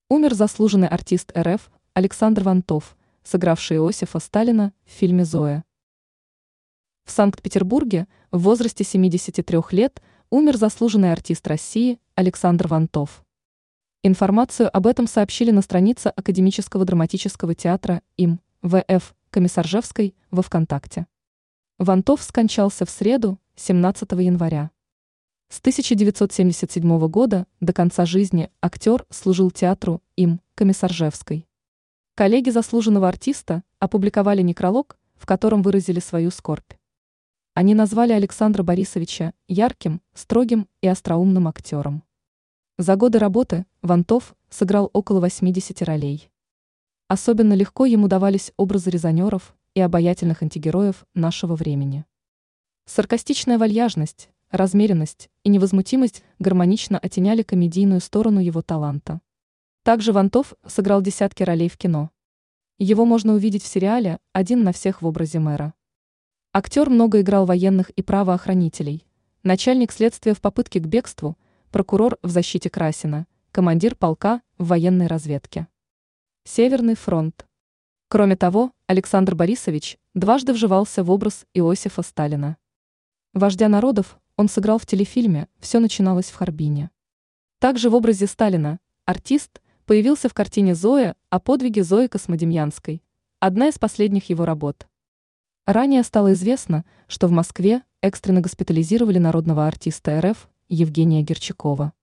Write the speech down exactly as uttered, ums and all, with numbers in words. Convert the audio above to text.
Умер заслуженный артист эр эф Александр Вантов, сыгравший Иосифа Сталина в фильме «Зоя». В Санкт-Петербурге в возрасте семидесяти трёх лет умер заслуженный артист России Александр Вантов. Информацию об этом сообщили на странице Академического драматического театра им вэ эф Комиссаржевской во ВКонтакте. Вантов скончался в среду, семнадцатого января. С тысяча девятьсот семьдесят седьмого года до конца жизни актер служил театру им Комиссаржевской. Коллеги заслуженного артиста опубликовали некролог, в котором выразили свою скорбь. Они назвали Александра Борисовича ярким, строгим и остроумным актером. За годы работы Вантов сыграл около восьмидесяти ролей. Особенно легко ему давались образы резонеров и обаятельных антигероев нашего времени. Саркастичная вальяжность, размеренность и невозмутимость гармонично оттеняли комедийную сторону его таланта. Также Вантов сыграл десятки ролей в кино. Его можно увидеть в сериале «Один на всех» в образе мэра. Актер много играл военных и правоохранителей, начальник следствия в попытке к бегству, прокурор в защите Красина, командир полка в военной разведке. Северный фронт. Кроме того, Александр Борисович дважды вживался в образ Иосифа Сталина. Вождя народов он сыграл в телефильме «Все начиналось в Харбине». Также в образе Сталина артист появился в картине «Зоя» о подвиге Зои Космодемьянской, одна из последних его работ. Ранее стало известно, что в Москве экстренно госпитализировали народного артиста эр эф Евгения Герчакова.